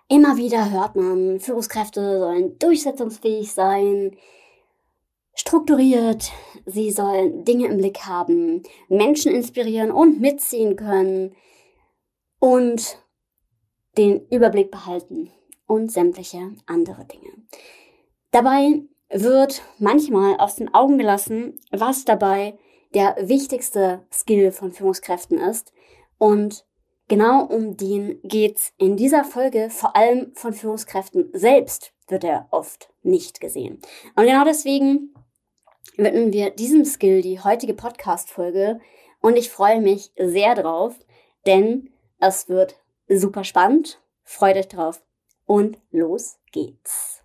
Immer wieder hört man, Führungskräfte sollen durchsetzungsfähig sein, strukturiert, sie sollen Dinge im Blick haben, Menschen inspirieren und mitziehen können und den Überblick behalten und sämtliche andere Dinge. Dabei wird manchmal aus den Augen gelassen, was dabei der wichtigste Skill von Führungskräften ist. Und genau um den geht's in dieser Folge. Vor allem von Führungskräften selbst wird er oft nicht gesehen. Und genau deswegen widmen wir diesem Skill die heutige Podcast-Folge. Und ich freue mich sehr drauf, denn es wird super spannend. Freut euch drauf und los geht's.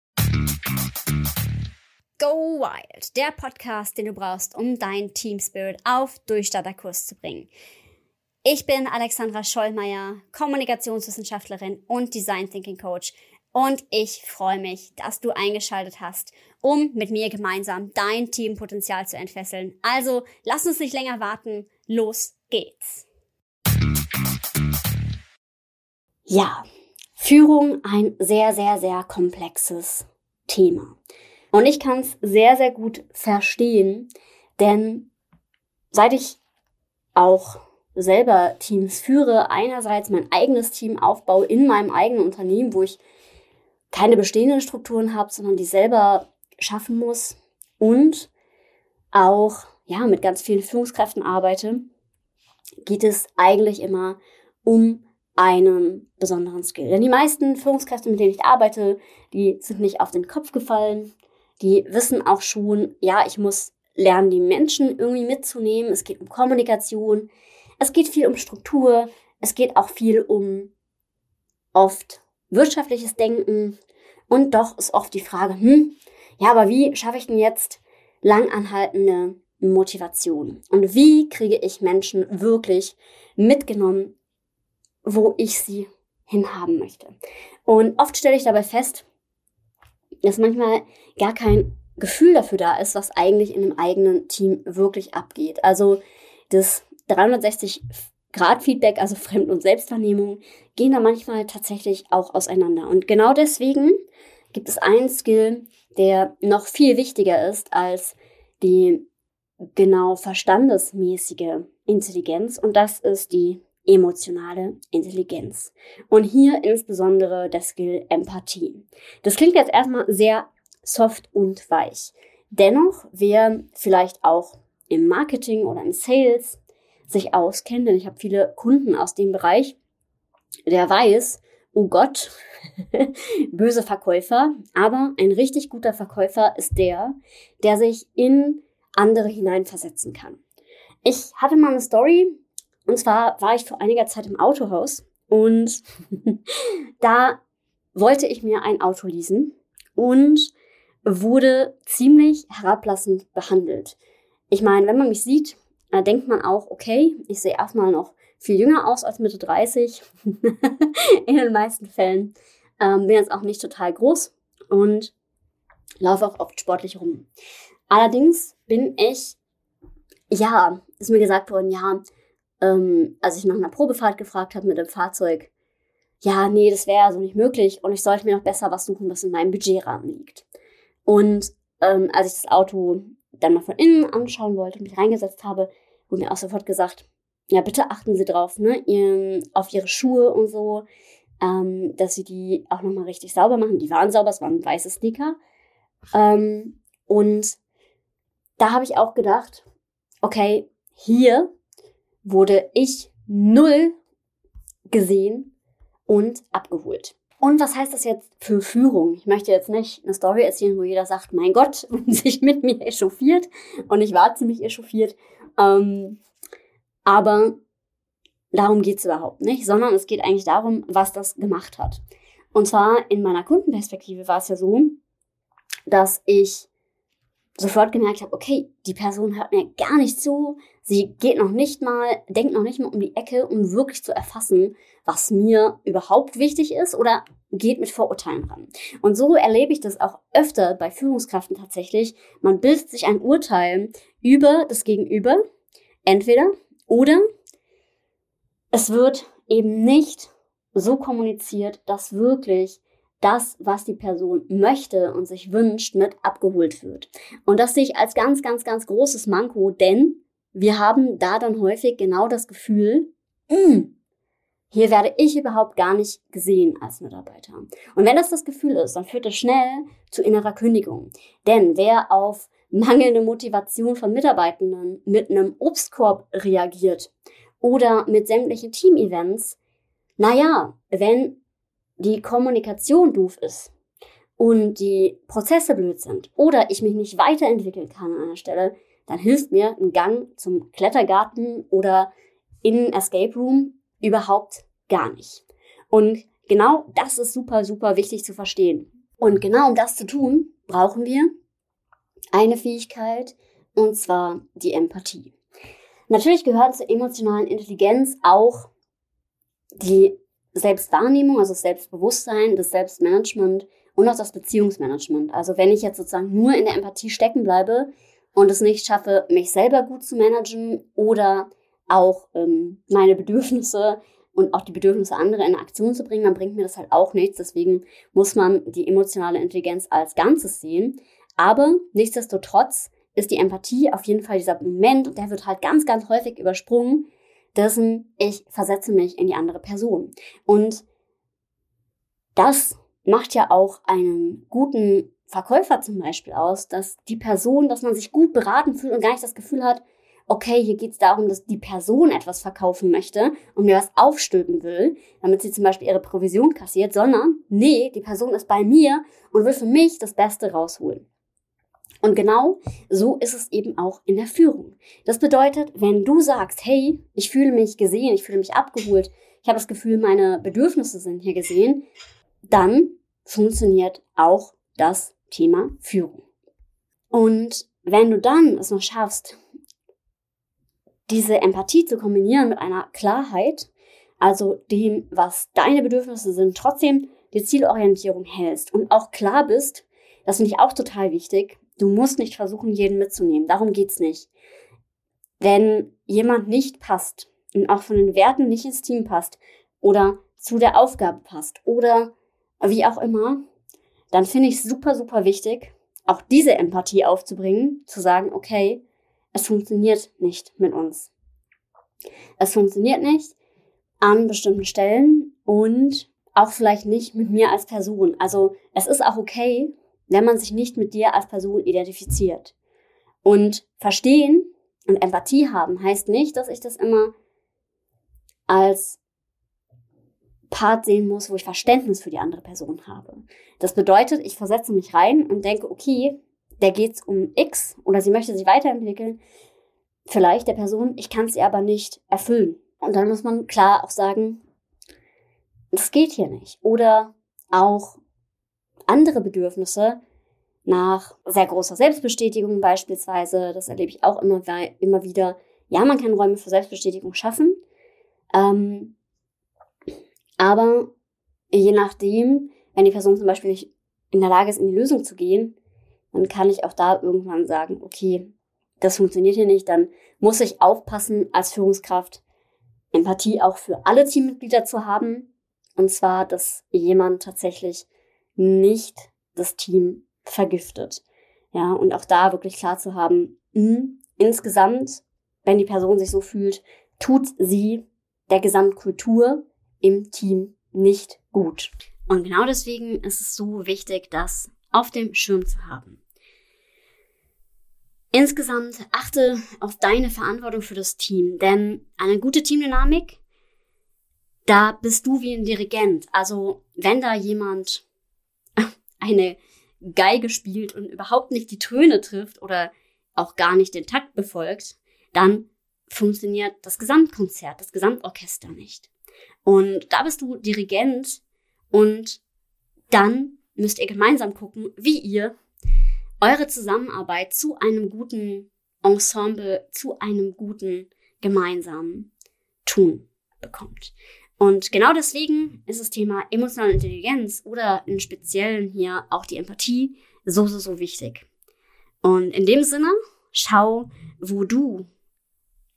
Go Wild, der Podcast, den du brauchst, um deinen Team Spirit auf Durchstarterkurs zu bringen. Ich bin Alexandra Schollmeier, Kommunikationswissenschaftlerin und Design Thinking Coach und ich freue mich, dass du eingeschaltet hast, um mit mir gemeinsam dein Teampotenzial zu entfesseln. Also lass uns nicht länger warten, los geht's. Ja, Führung ein sehr, sehr, sehr komplexes Thema. Und ich kann es sehr, sehr gut verstehen, denn seit ich auch selber Teams führe, einerseits mein eigenes Team aufbaue in meinem eigenen Unternehmen, wo ich keine bestehenden Strukturen habe, sondern die selber schaffen muss und auch mit ganz vielen Führungskräften arbeite, geht es eigentlich immer um einen besonderen Skill. Denn die meisten Führungskräfte, mit denen ich arbeite, die sind nicht auf den Kopf gefallen. Die wissen auch schon, ich muss lernen, die Menschen irgendwie mitzunehmen. Es geht um Kommunikation. Es geht viel um Struktur. Es geht auch viel um oft wirtschaftliches Denken. Und doch ist oft die Frage, aber wie schaffe ich denn jetzt langanhaltende Motivation? Und wie kriege ich Menschen wirklich mitgenommen, wo ich sie hinhaben möchte? Und oft stelle ich dabei fest, dass manchmal gar kein Gefühl dafür da ist, was eigentlich in einem eigenen Team wirklich abgeht. Also das 360-Grad-Feedback, also Fremd- und Selbstwahrnehmung, gehen da manchmal tatsächlich auch auseinander. Und genau deswegen gibt es einen Skill, der noch viel wichtiger ist als die genau verstandesmäßige Intelligenz. Und das ist die emotionale Intelligenz. Und hier insbesondere der Skill Empathie. Das klingt jetzt erstmal sehr soft und weich. Dennoch, wer vielleicht auch im Marketing oder im Sales sich auskennt, denn ich habe viele Kunden aus dem Bereich, der weiß, oh Gott, böse Verkäufer, aber ein richtig guter Verkäufer ist der sich in andere hineinversetzen kann. Ich hatte mal eine Story. Und zwar war ich vor einiger Zeit im Autohaus und da wollte ich mir ein Auto leasen und wurde ziemlich herablassend behandelt. Ich meine, wenn man mich sieht, denkt man auch, okay, ich sehe erstmal noch viel jünger aus als Mitte 30, in den meisten Fällen. Bin jetzt auch nicht total groß und laufe auch oft sportlich rum. Allerdings bin ich, ist mir gesagt worden, als ich nach einer Probefahrt gefragt habe mit dem Fahrzeug, das wäre also nicht möglich und ich sollte mir noch besser was suchen, was in meinem Budgetrahmen liegt. Und als ich das Auto dann mal von innen anschauen wollte und mich reingesetzt habe, wurde mir auch sofort gesagt, bitte achten Sie drauf, auf Ihre Schuhe und so, dass Sie die auch nochmal richtig sauber machen. Die waren sauber, es waren weiße Sneaker. Und da habe ich auch gedacht, okay, hier wurde ich null gesehen und abgeholt. Und was heißt das jetzt für Führung? Ich möchte jetzt nicht eine Story erzählen, wo jeder sagt, mein Gott, und sich mit mir echauffiert. Und ich war ziemlich echauffiert. Aber darum geht's überhaupt nicht, sondern es geht eigentlich darum, was das gemacht hat. Und zwar in meiner Kundenperspektive war es ja so, dass ich sofort gemerkt habe, okay, die Person hört mir gar nicht zu, sie denkt noch nicht mal um die Ecke, um wirklich zu erfassen, was mir überhaupt wichtig ist oder geht mit Vorurteilen ran. Und so erlebe ich das auch öfter bei Führungskräften tatsächlich. Man bildet sich ein Urteil über das Gegenüber, entweder oder es wird eben nicht so kommuniziert, dass wirklich das, was die Person möchte und sich wünscht, mit abgeholt wird. Und das sehe ich als ganz, ganz, ganz großes Manko, denn wir haben da dann häufig genau das Gefühl, hier werde ich überhaupt gar nicht gesehen als Mitarbeiter. Und wenn das Gefühl ist, dann führt es schnell zu innerer Kündigung. Denn wer auf mangelnde Motivation von Mitarbeitenden mit einem Obstkorb reagiert oder mit sämtlichen Team-Events, wenn die Kommunikation doof ist und die Prozesse blöd sind oder ich mich nicht weiterentwickeln kann an einer Stelle, dann hilft mir ein Gang zum Klettergarten oder in einen Escape Room überhaupt gar nicht. Und genau das ist super, super wichtig zu verstehen. Und genau um das zu tun, brauchen wir eine Fähigkeit, und zwar die Empathie. Natürlich gehört zur emotionalen Intelligenz auch die Selbstwahrnehmung, also das Selbstbewusstsein, das Selbstmanagement und auch das Beziehungsmanagement. Also wenn ich jetzt sozusagen nur in der Empathie stecken bleibe und es nicht schaffe, mich selber gut zu managen oder auch meine Bedürfnisse und auch die Bedürfnisse anderer in Aktion zu bringen, dann bringt mir das halt auch nichts. Deswegen muss man die emotionale Intelligenz als Ganzes sehen. Aber nichtsdestotrotz ist die Empathie auf jeden Fall dieser Moment, und der wird halt ganz, ganz häufig übersprungen, dessen ich versetze mich in die andere Person. Und das macht ja auch einen guten Verkäufer zum Beispiel aus, dass die Person, dass man sich gut beraten fühlt und gar nicht das Gefühl hat, okay, hier geht es darum, dass die Person etwas verkaufen möchte und mir was aufstülpen will, damit sie zum Beispiel ihre Provision kassiert, sondern nee, die Person ist bei mir und will für mich das Beste rausholen. Und genau so ist es eben auch in der Führung. Das bedeutet, wenn du sagst, hey, ich fühle mich gesehen, ich fühle mich abgeholt, ich habe das Gefühl, meine Bedürfnisse sind hier gesehen, dann funktioniert auch das Thema Führung. Und wenn du dann es noch schaffst, diese Empathie zu kombinieren mit einer Klarheit, also dem, was deine Bedürfnisse sind, trotzdem die Zielorientierung hältst und auch klar bist, das finde ich auch total wichtig, du musst nicht versuchen, jeden mitzunehmen. Darum geht's nicht. Wenn jemand nicht passt und auch von den Werten nicht ins Team passt oder zu der Aufgabe passt oder wie auch immer, dann finde ich es super, super wichtig, auch diese Empathie aufzubringen, zu sagen, okay, es funktioniert nicht mit uns. Es funktioniert nicht an bestimmten Stellen und auch vielleicht nicht mit mir als Person. Also es ist auch okay, wenn man sich nicht mit dir als Person identifiziert. Und verstehen und Empathie haben heißt nicht, dass ich das immer als Part sehen muss, wo ich Verständnis für die andere Person habe. Das bedeutet, ich versetze mich rein und denke, okay, der geht's um X oder sie möchte sich weiterentwickeln. Vielleicht der Person, ich kann es ihr aber nicht erfüllen. Und dann muss man klar auch sagen, das geht hier nicht. Oder auch andere Bedürfnisse nach sehr großer Selbstbestätigung beispielsweise, das erlebe ich auch immer wieder. Ja, man kann Räume für Selbstbestätigung schaffen, aber je nachdem, wenn die Person zum Beispiel nicht in der Lage ist, in die Lösung zu gehen, dann kann ich auch da irgendwann sagen, okay, das funktioniert hier nicht, dann muss ich aufpassen, als Führungskraft Empathie auch für alle Teammitglieder zu haben. Und zwar, dass jemand tatsächlich nicht das Team vergiftet. Ja, und auch da wirklich klar zu haben, insgesamt, wenn die Person sich so fühlt, tut sie der Gesamtkultur im Team nicht gut. Und genau deswegen ist es so wichtig, das auf dem Schirm zu haben. Insgesamt achte auf deine Verantwortung für das Team, denn eine gute Teamdynamik, da bist du wie ein Dirigent. Also wenn da jemand eine Geige spielt und überhaupt nicht die Töne trifft oder auch gar nicht den Takt befolgt, dann funktioniert das Gesamtkonzert, das Gesamtorchester nicht. Und da bist du Dirigent und dann müsst ihr gemeinsam gucken, wie ihr eure Zusammenarbeit zu einem guten Ensemble, zu einem guten gemeinsamen Tun bekommt. Und genau deswegen ist das Thema emotionale Intelligenz oder im Speziellen hier auch die Empathie so, so, so wichtig. Und in dem Sinne, schau, wo du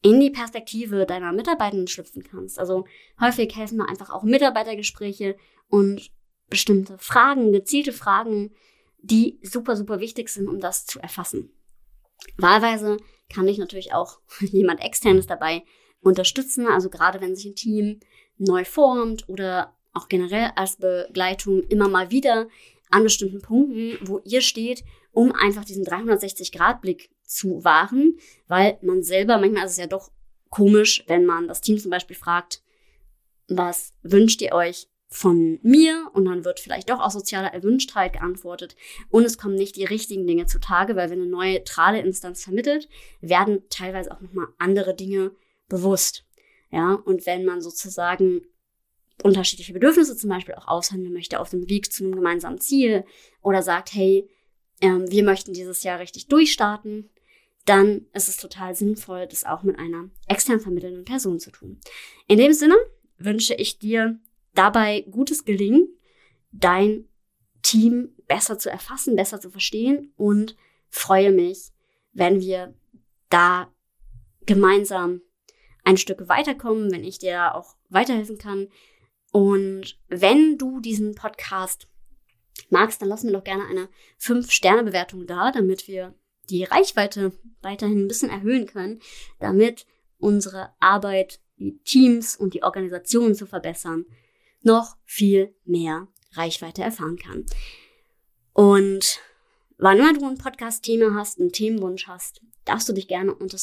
in die Perspektive deiner Mitarbeitenden schlüpfen kannst. Also häufig helfen da einfach auch Mitarbeitergespräche und bestimmte Fragen, gezielte Fragen, die super, super wichtig sind, um das zu erfassen. Wahlweise kann dich natürlich auch jemand Externes dabei unterstützen, also gerade wenn sich ein Team neu formt oder auch generell als Begleitung immer mal wieder an bestimmten Punkten, wo ihr steht, um einfach diesen 360-Grad-Blick zu wahren, weil man selber, manchmal ist es ja doch komisch, wenn man das Team zum Beispiel fragt, was wünscht ihr euch von mir? Und dann wird vielleicht doch aus sozialer Erwünschtheit geantwortet und es kommen nicht die richtigen Dinge zutage, weil wenn eine neutrale Instanz vermittelt, werden teilweise auch nochmal andere Dinge bewusst. Ja, und wenn man sozusagen unterschiedliche Bedürfnisse zum Beispiel auch aushandeln möchte auf dem Weg zu einem gemeinsamen Ziel oder sagt, hey, wir möchten dieses Jahr richtig durchstarten, dann ist es total sinnvoll, das auch mit einer extern vermittelnden Person zu tun. In dem Sinne wünsche ich dir dabei gutes Gelingen, dein Team besser zu erfassen, besser zu verstehen und freue mich, wenn wir da gemeinsam ein Stück weiterkommen, wenn ich dir auch weiterhelfen kann. Und wenn du diesen Podcast magst, dann lass mir doch gerne eine 5-Sterne-Bewertung da, damit wir die Reichweite weiterhin ein bisschen erhöhen können, damit unsere Arbeit, die Teams und die Organisationen zu verbessern, noch viel mehr Reichweite erfahren kann. Und wann immer du ein Podcast-Thema hast, einen Themenwunsch hast, darfst du dich gerne unter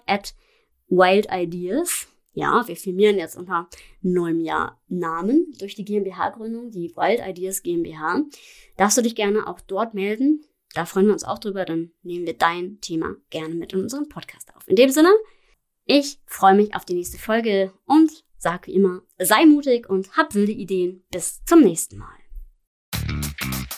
support@wildideas, ja, wir firmieren jetzt unter neuem Jahr Namen durch die GmbH-Gründung, die Wild Ideas GmbH, darfst du dich gerne auch dort melden. Da freuen wir uns auch drüber, dann nehmen wir dein Thema gerne mit in unseren Podcast auf. In dem Sinne, ich freue mich auf die nächste Folge und sage wie immer, sei mutig und hab wilde Ideen. Bis zum nächsten Mal.